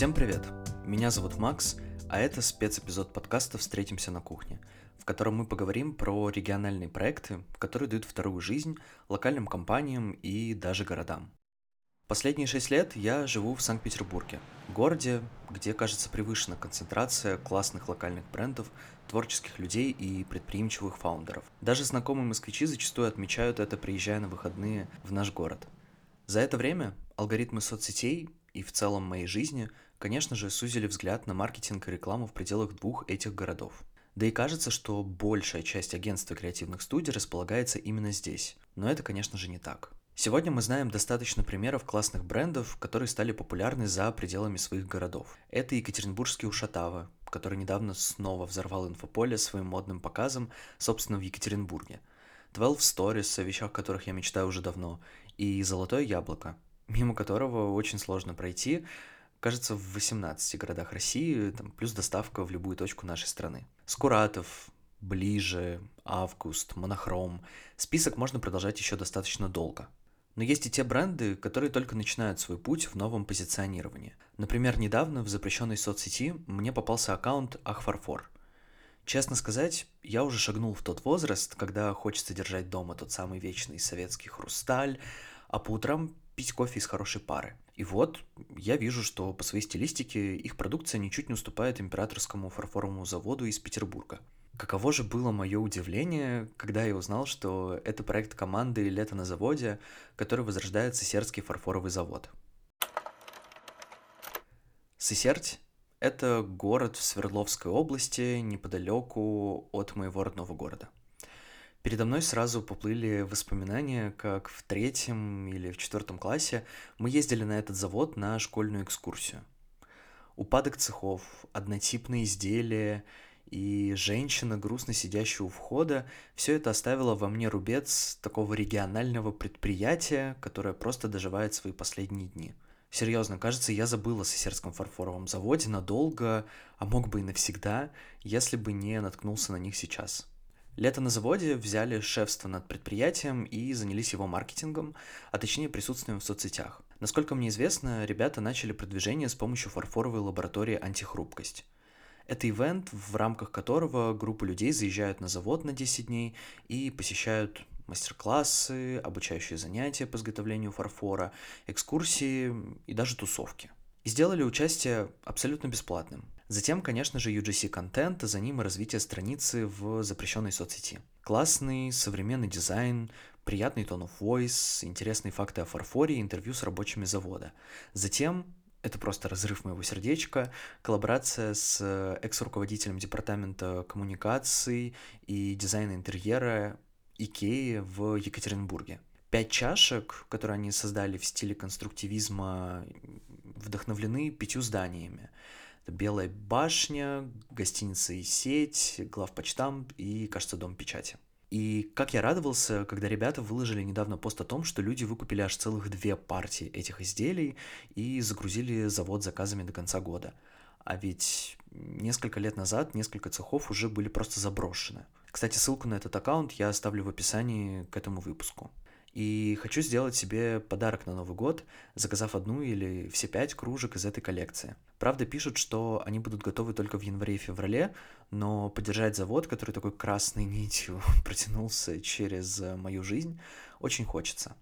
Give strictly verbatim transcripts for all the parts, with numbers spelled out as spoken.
Всем привет! Меня зовут Макс, а это спецэпизод подкаста «Встретимся на кухне», в котором мы поговорим про региональные проекты, которые дают вторую жизнь локальным компаниям и даже городам. Последние шесть лет я живу в Санкт-Петербурге, городе, где, кажется, превышена концентрация классных локальных брендов, творческих людей и предприимчивых фаундеров. Даже знакомые москвичи зачастую отмечают это, приезжая на выходные в наш город. За это время алгоритмы соцсетей и в целом моей жизни, конечно же, сузили взгляд на маркетинг и рекламу в пределах двух этих городов. Да и кажется, что большая часть агентств и креативных студий располагается именно здесь. Но это, конечно же, не так. Сегодня мы знаем достаточно примеров классных брендов, которые стали популярны за пределами своих городов. Это екатеринбургский Ушатава, который недавно снова взорвал инфополе своим модным показом, собственно, в Екатеринбурге. двенадцать Stories, о вещах которых я мечтаю уже давно, и Золотое яблоко, мимо которого очень сложно пройти, кажется, в восемнадцати городах России, там, плюс доставка в любую точку нашей страны. Скуратов, Ближе, Август, Монохром. Список можно продолжать еще достаточно долго. Но есть и те бренды, которые только начинают свой путь в новом позиционировании. Например, недавно в запрещенной соцсети мне попался аккаунт Ахфарфор. Честно сказать, я уже шагнул в тот возраст, когда хочется держать дома тот самый вечный советский хрусталь, а по утрам пить кофе из хорошей пары. И вот я вижу, что по своей стилистике их продукция ничуть не уступает императорскому фарфоровому заводу из Петербурга. Каково же было мое удивление, когда я узнал, что это проект команды «Лето на заводе», который возрождает Сысертский фарфоровый завод. Сысерть — это город в Свердловской области, неподалеку от моего родного города. Передо мной сразу поплыли воспоминания, как в третьем или в четвертом классе мы ездили на этот завод на школьную экскурсию. Упадок цехов, однотипные изделия и женщина, грустно сидящая у входа, все это оставило во мне рубец такого регионального предприятия, которое просто доживает свои последние дни. Серьезно, кажется, я забыл о Сысертском фарфоровом заводе надолго, а мог бы и навсегда, если бы не наткнулся на них сейчас. «Лето на заводе» взяли шефство над предприятием и занялись его маркетингом, а точнее присутствием в соцсетях. Насколько мне известно, ребята начали продвижение с помощью фарфоровой лаборатории «Антихрупкость». Это ивент, в рамках которого группа людей заезжают на завод на десять дней и посещают мастер-классы, обучающие занятия по изготовлению фарфора, экскурсии и даже тусовки. И сделали участие абсолютно бесплатным. Затем, конечно же, ю джи си-контент, а за ним и развитие страницы в запрещенной соцсети. Классный, современный дизайн, приятный tone of voice, интересные факты о фарфоре и интервью с рабочими завода. Затем, это просто разрыв моего сердечка, коллаборация с экс-руководителем департамента коммуникаций и дизайна интерьера Икеи в Екатеринбурге. Пять чашек, которые они создали в стиле конструктивизма, вдохновлены пятью зданиями. Это Белая башня, гостиница и сеть, главпочтамт и, кажется, дом печати. И как я радовался, когда ребята выложили недавно пост о том, что люди выкупили аж целых две партии этих изделий и загрузили завод заказами до конца года. А ведь несколько лет назад несколько цехов уже были просто заброшены. Кстати, ссылку на этот аккаунт я оставлю в описании к этому выпуску. И хочу сделать себе подарок на Новый год, заказав одну или все пять кружек из этой коллекции. Правда, пишут, что они будут готовы только в январе и феврале, но поддержать завод, который такой красной нитью протянулся через мою жизнь, очень хочется.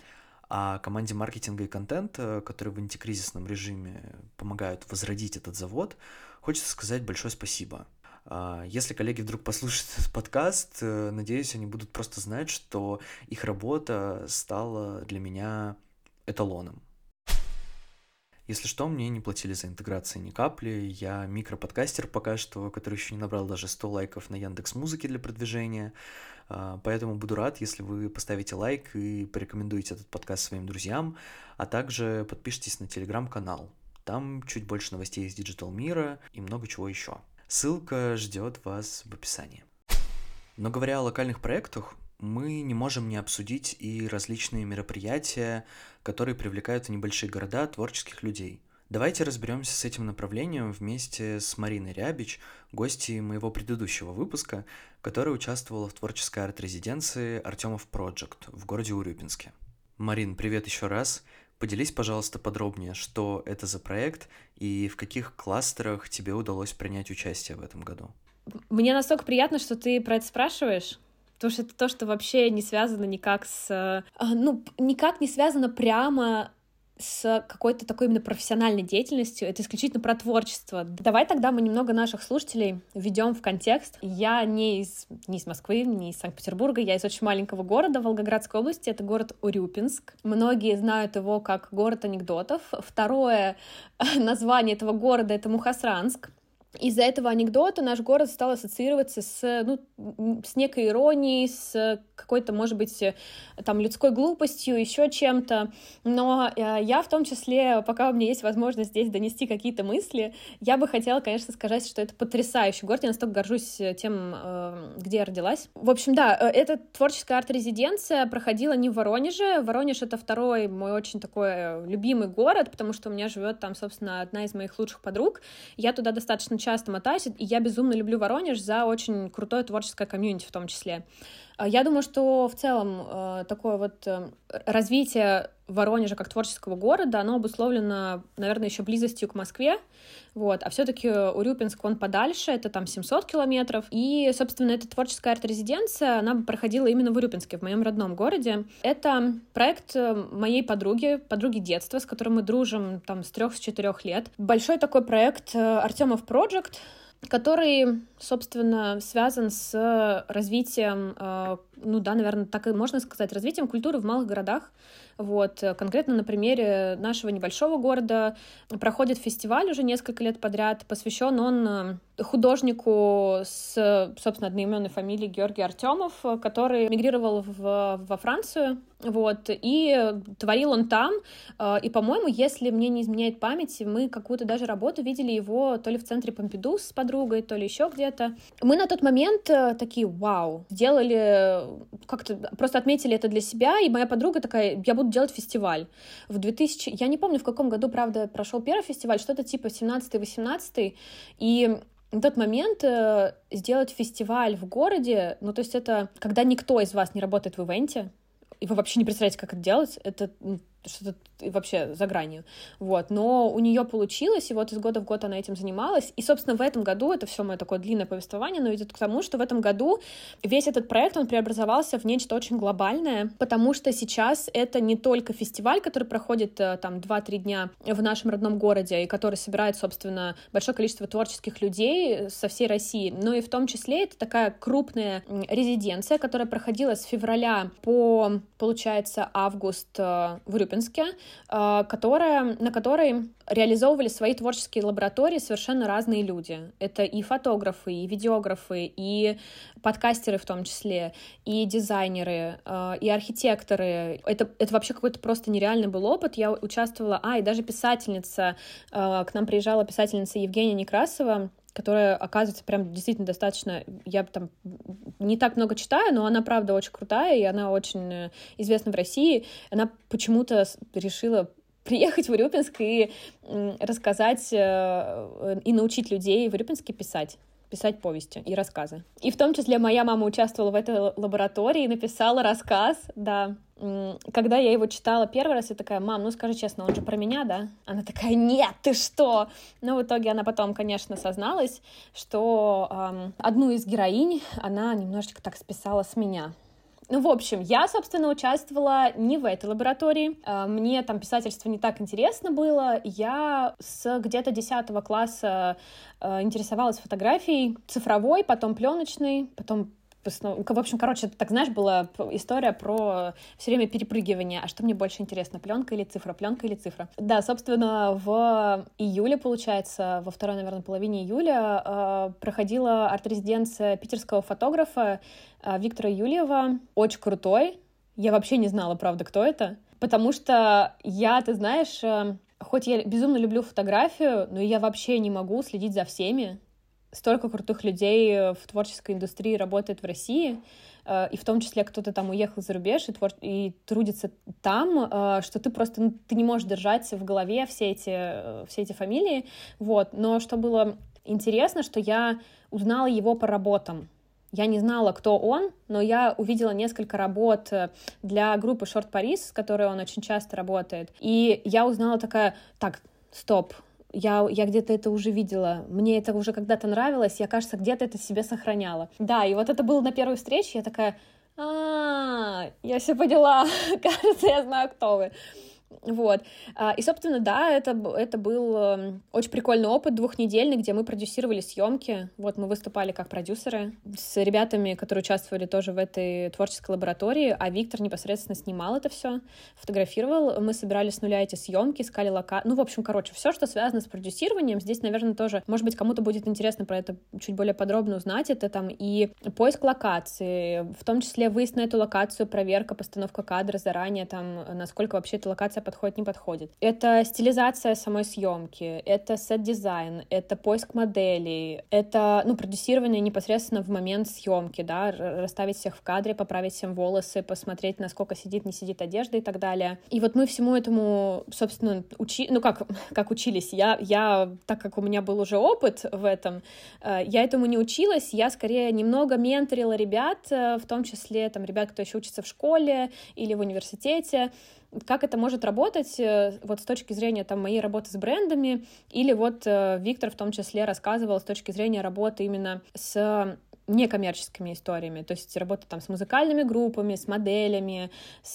А команде маркетинга и контента, которые в антикризисном режиме помогают возродить этот завод, хочется сказать большое спасибо. Если коллеги вдруг послушают этот подкаст, надеюсь, они будут просто знать, что их работа стала для меня эталоном. Если что, мне не платили за интеграцию ни капли, я микроподкастер пока что, который еще не набрал даже сто лайков на Яндекс.Музыке для продвижения, поэтому буду рад, если вы поставите лайк и порекомендуете этот подкаст своим друзьям, а также подпишитесь на телеграм-канал, там чуть больше новостей из диджитал-мира и много чего еще. Ссылка ждет вас в описании. Но говоря о локальных проектах, мы не можем не обсудить и различные мероприятия, которые привлекают в небольшие города творческих людей. Давайте разберемся с этим направлением вместе с Мариной Рябич, гостьей моего предыдущего выпуска, которая участвовала в творческой арт-резиденции Артемов Project в городе Урюпинске. Марин, привет еще раз. Поделись, пожалуйста, подробнее, что это за проект и в каких кластерах тебе удалось принять участие в этом году. Мне настолько приятно, что ты про это спрашиваешь, потому что это то, что вообще не связано никак с... Ну, никак не связано прямо с какой-то такой именно профессиональной деятельностью. Это исключительно про творчество. Давай тогда мы немного наших слушателей введем в контекст. Я не из, не из Москвы, не из Санкт-Петербурга, я из очень маленького города Волгоградской области. Это город Урюпинск. Многие знают его как город анекдотов. Второе название этого города — это Мухосранск. Из-за этого анекдота наш город стал ассоциироваться с, ну, с некой иронией, с какой-то, может быть, там, людской глупостью, еще чем-то. Но э, я в том числе, пока у меня есть возможность здесь донести какие-то мысли, я бы хотела, конечно, сказать, что это потрясающий город. Я настолько горжусь тем, э, где я родилась. В общем, да, эта творческая арт-резиденция проходила не в Воронеже. Воронеж — это второй мой очень такой любимый город, потому что у меня живет там, собственно, одна из моих лучших подруг. Я туда достаточно часто мотаюсь, и я безумно люблю Воронеж за очень крутое творческое комьюнити в том числе. Я думаю, что в целом такое вот развитие Воронежа как творческого города, оно обусловлено, наверное, еще близостью к Москве, вот, а все-таки Урюпинск, он подальше, это там семьсот километров, и, собственно, эта творческая арт-резиденция, она проходила именно в Урюпинске, в моем родном городе. Это проект моей подруги, подруги детства, с которой мы дружим там с трех-четырех лет. Большой такой проект Артемов Project, который, собственно, связан с развитием, ну да, наверное, так и можно сказать, развитием культуры в малых городах. Вот. Конкретно на примере нашего небольшого города проходит фестиваль уже несколько лет подряд, посвящен он художнику с, собственно, одноименной фамилией Георгий Артемов, который мигрировал в, во Францию, вот, и творил он там, и, по-моему, если мне не изменяет память, мы какую-то даже работу видели его то ли в центре Помпиду с подругой, то ли еще где-то. Мы на тот момент такие, вау, сделали, как-то просто отметили это для себя, и моя подруга такая, я буду делать фестиваль. В двухтысячном, я не помню, в каком году, правда, прошел первый фестиваль, что-то типа семнадцатый-восемнадцатый, и в тот момент э, сделать фестиваль в городе, ну, то есть это когда никто из вас не работает в ивенте, и вы вообще не представляете, как это делать, это что-то вообще за гранью. Вот. Но у нее получилось, и вот из года в год она этим занималась. И, собственно, в этом году, это все мое такое длинное повествование, но идет к тому, что в этом году весь этот проект, он преобразовался в нечто очень глобальное, потому что сейчас это не только фестиваль, который проходит там два-три дня в нашем родном городе, и который собирает, собственно, большое количество творческих людей со всей России, но и в том числе это такая крупная резиденция, которая проходила с февраля по, получается, август в Урюпинске, которая, на которой реализовывали свои творческие лаборатории совершенно разные люди. Это и фотографы, и видеографы, и подкастеры в том числе, и дизайнеры, и архитекторы. Это, это вообще какой-то просто нереальный был опыт. Я участвовала... А, и даже писательница. К нам приезжала писательница Евгения Некрасова, которая, оказывается, прям действительно достаточно... Я там не так много читаю, но она, правда, очень крутая, и она очень известна в России. Она почему-то решила приехать в Урюпинск и рассказать, и научить людей в Урюпинске писать. писать повести и рассказы. И в том числе моя мама участвовала в этой лаборатории и написала рассказ, да. Когда я его читала первый раз, я такая: мам, ну скажи честно, он же про меня, да? Она такая: нет, ты что? Но в итоге она потом, конечно, созналась, что эм, одну из героинь она немножечко так списала с меня. Ну, в общем, я, собственно, участвовала не в этой лаборатории. Мне там писательство не так интересно было. Я с где-то десятого класса интересовалась фотографией цифровой, потом пленочной, потом... В общем, короче, так, знаешь, была история про все время перепрыгивание. А что мне больше интересно, пленка или цифра? Пленка или цифра? Да, собственно, в июле, получается, во второй, наверное, половине июля проходила арт-резиденция питерского фотографа Виктора Юльева. Очень крутой. Я вообще не знала, правда, кто это. Потому что я, ты знаешь, хоть я безумно люблю фотографию, но я вообще не могу следить за всеми. Столько крутых людей в творческой индустрии работает в России, и в том числе кто-то там уехал за рубеж и, твор... и трудится там, что ты просто ну, ты не можешь держать в голове все эти, все эти фамилии. Вот. Но что было интересно, что я узнала его по работам. Я не знала, кто он, но я увидела несколько работ для группы Short Paris, с которой он очень часто работает, и я узнала такая, так, стоп, Я, я где-то это уже видела, мне это уже когда-то нравилось, я, кажется, где-то это себе сохраняла. Да, и вот это было на первой встрече, я такая, а, я все поняла, кажется, я знаю, кто вы. Вот. И, собственно, да, это, это был очень прикольный опыт двухнедельный, где мы продюсировали съемки. Вот мы выступали как продюсеры с ребятами, которые участвовали тоже в этой творческой лаборатории, а Виктор непосредственно снимал это все, фотографировал. Мы собирали с нуля эти съемки, искали локации. Ну, в общем, короче, все, что связано с продюсированием. Здесь, наверное, тоже, может быть, кому-то будет интересно про это чуть более подробно узнать. Это там и поиск локации, в том числе выезд на эту локацию, проверка, постановка кадра заранее, там, насколько вообще эта локация подходит, не подходит. Это стилизация самой съемки, это сет-дизайн, это поиск моделей, это, ну, продюсирование непосредственно в момент съемки, да, расставить всех в кадре, поправить всем волосы, посмотреть, насколько сидит, не сидит одежда и так далее. И вот мы всему этому, собственно, учи... ну, как, как учились, я, я, так как у меня был уже опыт в этом, я этому не училась, я скорее немного менторила ребят, в том числе, там, ребят, кто еще учится в школе или в университете, как это может работать вот с точки зрения там, моей работы с брендами, или вот Виктор в том числе рассказывал с точки зрения работы именно с некоммерческими историями, то есть работа там с музыкальными группами, с моделями,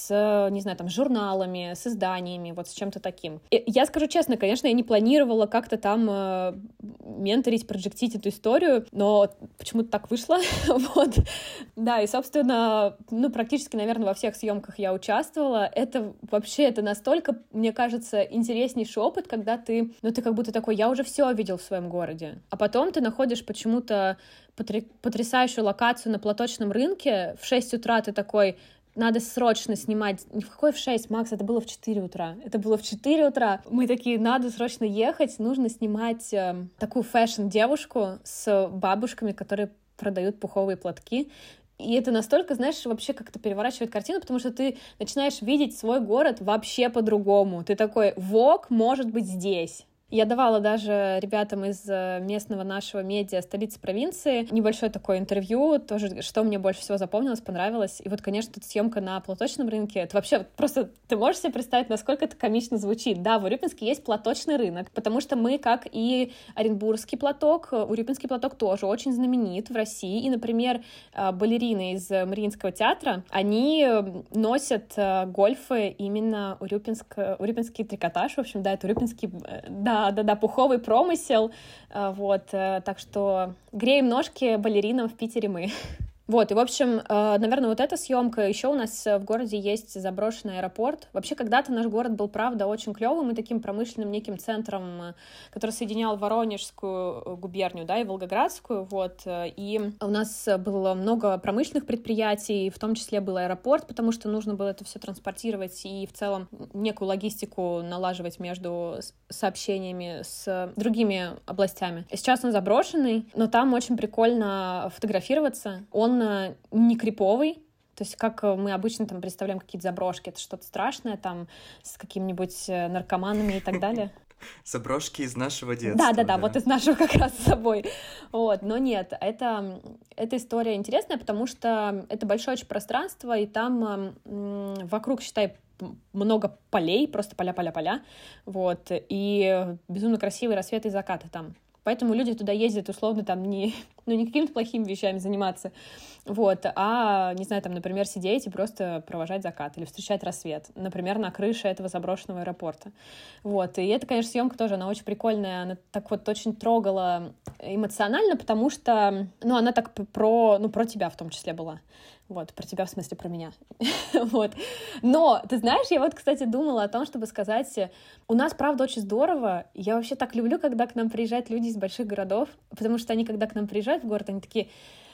с, не знаю, там, журналами, с изданиями, вот с чем-то таким. И я скажу честно, конечно, я не планировала как-то там э, менторить, проджектить эту историю, но почему-то так вышло, вот. Да, и, собственно, ну, практически, наверное, во всех съемках я участвовала. Это вообще, это настолько, мне кажется, интереснейший опыт, когда ты, ну, ты как будто такой, я уже все видел в своем городе, а потом ты находишь почему-то потрясающую локацию на платочном рынке. В шесть утра ты такой, надо срочно снимать. Ни в какой в шесть, Макс, это было в четыре утра. Это было в четыре утра. Мы такие, надо срочно ехать, нужно снимать э, такую фэшн-девушку с бабушками, которые продают пуховые платки. И это настолько, знаешь, вообще как-то переворачивает картину, потому что ты начинаешь видеть свой город вообще по-другому. Ты такой, ВОК может быть здесь. Я давала даже ребятам из местного нашего медиа «Столицы провинции» небольшое такое интервью, тоже, что мне больше всего запомнилось, понравилось. И вот, конечно, эта съемка на платочном рынке, это вообще просто, ты можешь себе представить, насколько это комично звучит. Да, в Урюпинске есть платочный рынок, потому что мы, как и Оренбургский платок, Урюпинский платок тоже очень знаменит в России. И, например, балерины из Мариинского театра, они носят гольфы именно урюпинск, урюпинский трикотаж, в общем, да, это урюпинский, да, да-да, пуховый промысел, вот, так что греем ножки балеринам в Питере мы. Вот, и, в общем, наверное, вот эта съемка. Еще у нас в городе есть заброшенный аэропорт. Вообще, когда-то наш город был, правда, очень клевым и таким промышленным неким центром, который соединял Воронежскую губернию, да, и Волгоградскую, вот. И у нас было много промышленных предприятий, в том числе был аэропорт, потому что нужно было это все транспортировать и в целом некую логистику налаживать между сообщениями с другими областями. Сейчас он заброшенный, но там очень прикольно фотографироваться. Он не криповый, то есть как мы обычно там представляем какие-то заброшки, это что-то страшное там с какими-нибудь наркоманами и так далее. Заброшки из нашего детства. Да-да-да, да. Вот из нашего как раз с собой. Вот. Но нет, это, эта история интересная, потому что это большое очень пространство, и там м, вокруг, считай, много полей, просто поля-поля-поля, вот, и безумно красивые рассветы и закаты там. Поэтому люди туда ездят, условно, там, не, ну, не какими-то плохими вещами заниматься, вот, а, не знаю, там, например, сидеть и просто провожать закат или встречать рассвет, например, на крыше этого заброшенного аэропорта. Вот, и эта, конечно, съемка тоже, она очень прикольная, она так вот очень трогала эмоционально, потому что, ну, она так про, ну, про тебя в том числе была. Вот, про тебя, в смысле, про меня. Вот. Но, ты знаешь, я вот, кстати, думала о том, чтобы сказать, у нас, правда, очень здорово. Я вообще так люблю, когда к нам приезжают люди из больших городов, потому что они, когда к нам приезжают в город, они такие: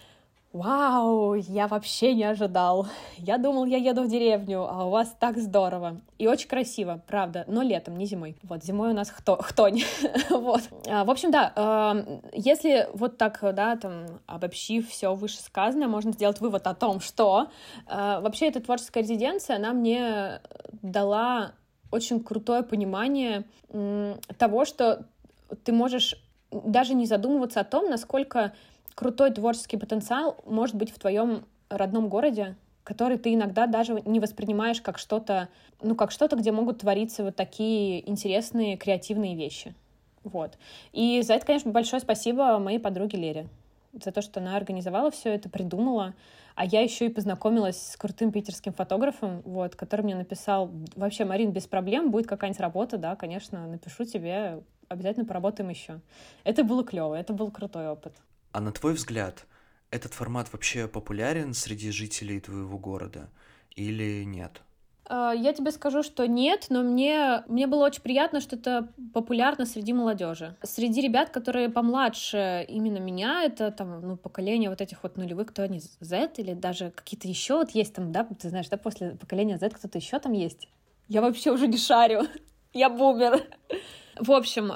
вау, я вообще не ожидал. Я думал, я еду в деревню, а у вас так здорово. И очень красиво, правда, но летом, не зимой. Вот, зимой у нас хто, хтонь. Вот. В общем, да, если вот так, да, там, обобщив все вышесказанное, можно сделать вывод о том, что вообще эта творческая резиденция, она мне дала очень крутое понимание того, что ты можешь даже не задумываться о том, насколько крутой творческий потенциал может быть в твоем родном городе, который ты иногда даже не воспринимаешь как что-то, ну, как что-то, где могут твориться вот такие интересные, креативные вещи. Вот. И за это, конечно, большое спасибо моей подруге Лере. За то, что она организовала все это, придумала. А я еще и познакомилась с крутым питерским фотографом, вот, который мне написал: вообще, Марин, без проблем, будет какая-нибудь работа, да, конечно, напишу тебе, обязательно поработаем еще. Это было клево, это был крутой опыт. А на твой взгляд, этот формат вообще популярен среди жителей твоего города или нет? Я тебе скажу, что нет, но мне, мне было очень приятно, что это популярно среди молодежи. Среди ребят, которые помладше именно меня, это там, ну, поколение вот этих вот нулевых, кто они, Z или даже какие-то еще вот есть там, да, ты знаешь, да, после поколения Z кто-то еще там есть. Я вообще уже не шарю, я бумер. В общем,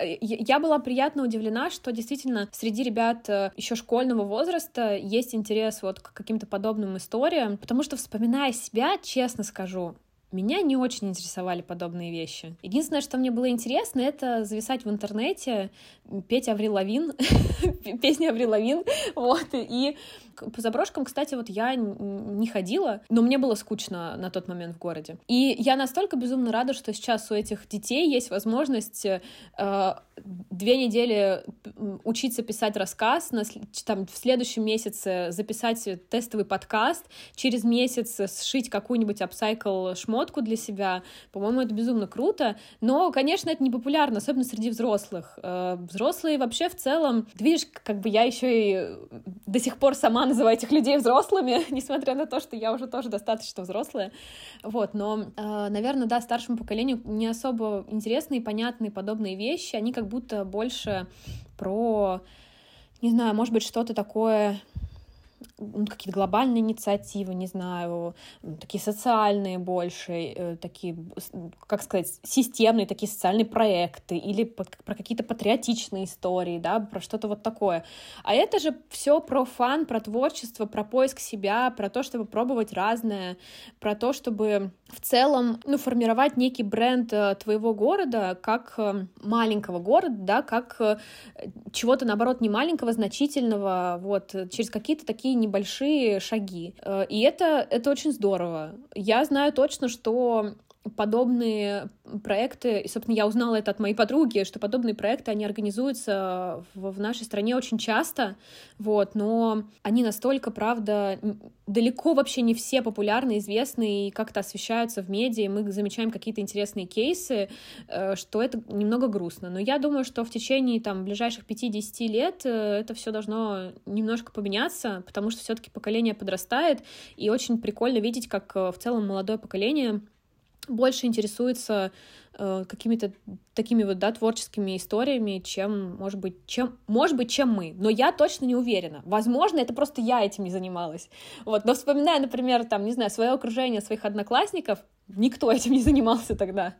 я была приятно удивлена, что действительно среди ребят еще школьного возраста есть интерес вот к каким-то подобным историям, потому что, вспоминая себя, честно скажу, меня не очень интересовали подобные вещи. Единственное, что мне было интересно, это зависать в интернете, петь Аврил Лавин, песни Аврил Лавин, вот, и по заброшкам, кстати, вот я не ходила, но мне было скучно на тот момент в городе. И я настолько безумно рада, что сейчас у этих детей есть возможность э, две недели учиться писать рассказ, на, там, в следующем месяце записать тестовый подкаст, через месяц сшить какую-нибудь апсайкл шмотку для себя. По-моему, это безумно круто, но, конечно, это не популярно, особенно среди взрослых. Э, взрослые вообще в целом, ты видишь, как бы я еще и до сих пор сама называю этих людей взрослыми, несмотря на то, что я уже тоже достаточно взрослая. Вот, но, э, наверное, да, старшему поколению не особо интересны и понятны подобные вещи. Они как будто больше про, не знаю, может быть, что-то такое, какие-то глобальные инициативы, не знаю, такие социальные больше, такие, как сказать, системные такие социальные проекты или про какие-то патриотичные истории, да, про что-то вот такое. А это же все про фан, про творчество, про поиск себя, про то, чтобы пробовать разное, про то, чтобы в целом, ну, формировать некий бренд твоего города как маленького города, да, как чего-то, наоборот, не маленького, значительного, вот, через какие-то такие небольшие шаги. И это, это очень здорово. Я знаю точно, что подобные проекты, и, собственно, я узнала это от моей подруги, что подобные проекты, они организуются в, в нашей стране очень часто, вот, но они настолько, правда, далеко вообще не все популярны, известны и как-то освещаются в медиа, и мы замечаем какие-то интересные кейсы, что это немного грустно. Но я думаю, что в течение там ближайших пяти-десяти лет это все должно немножко поменяться, потому что все-таки поколение подрастает, и очень прикольно видеть, как в целом молодое поколение больше интересуется э, какими-то такими вот, да, творческими историями, чем, может быть, чем, может быть, чем мы. Но я точно не уверена. Возможно, это просто я этим не занималась. Вот. Но вспоминая, например, там, не знаю, свое окружение, своих одноклассников, никто этим не занимался тогда.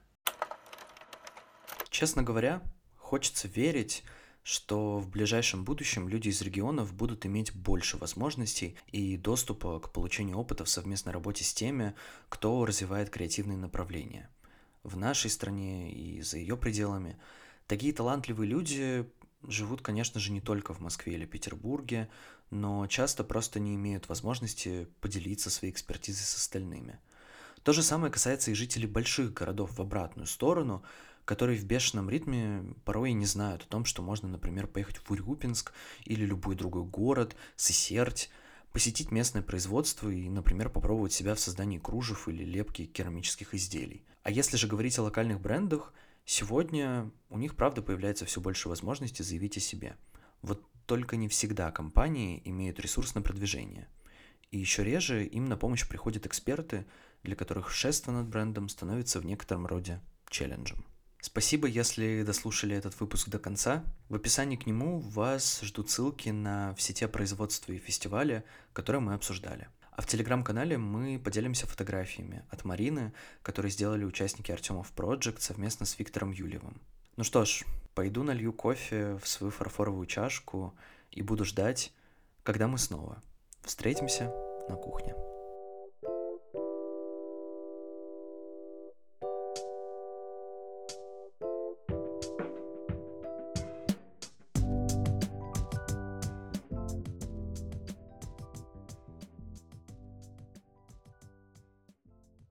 Честно говоря, хочется верить, что в ближайшем будущем люди из регионов будут иметь больше возможностей и доступа к получению опыта в совместной работе с теми, кто развивает креативные направления. В нашей стране и за ее пределами такие талантливые люди живут, конечно же, не только в Москве или Петербурге, но часто просто не имеют возможности поделиться своей экспертизой с остальными. То же самое касается и жителей больших городов в обратную сторону, которые в бешеном ритме порой и не знают о том, что можно, например, поехать в Урюпинск или любой другой город, Сысерть, посетить местное производство и, например, попробовать себя в создании кружев или лепки керамических изделий. А если же говорить о локальных брендах, сегодня у них, правда, появляется все больше возможностей заявить о себе. Вот только не всегда компании имеют ресурс на продвижение. И еще реже им на помощь приходят эксперты, для которых шефство над брендом становится в некотором роде челленджем. Спасибо, если дослушали этот выпуск до конца. В описании к нему вас ждут ссылки на все те производства и фестивали, которые мы обсуждали. А в телеграм-канале мы поделимся фотографиями от Марины, которые сделали участники Артемов Project совместно с Виктором Юлевым. Ну что ж, пойду налью кофе в свою фарфоровую чашку и буду ждать, когда мы снова встретимся на кухне.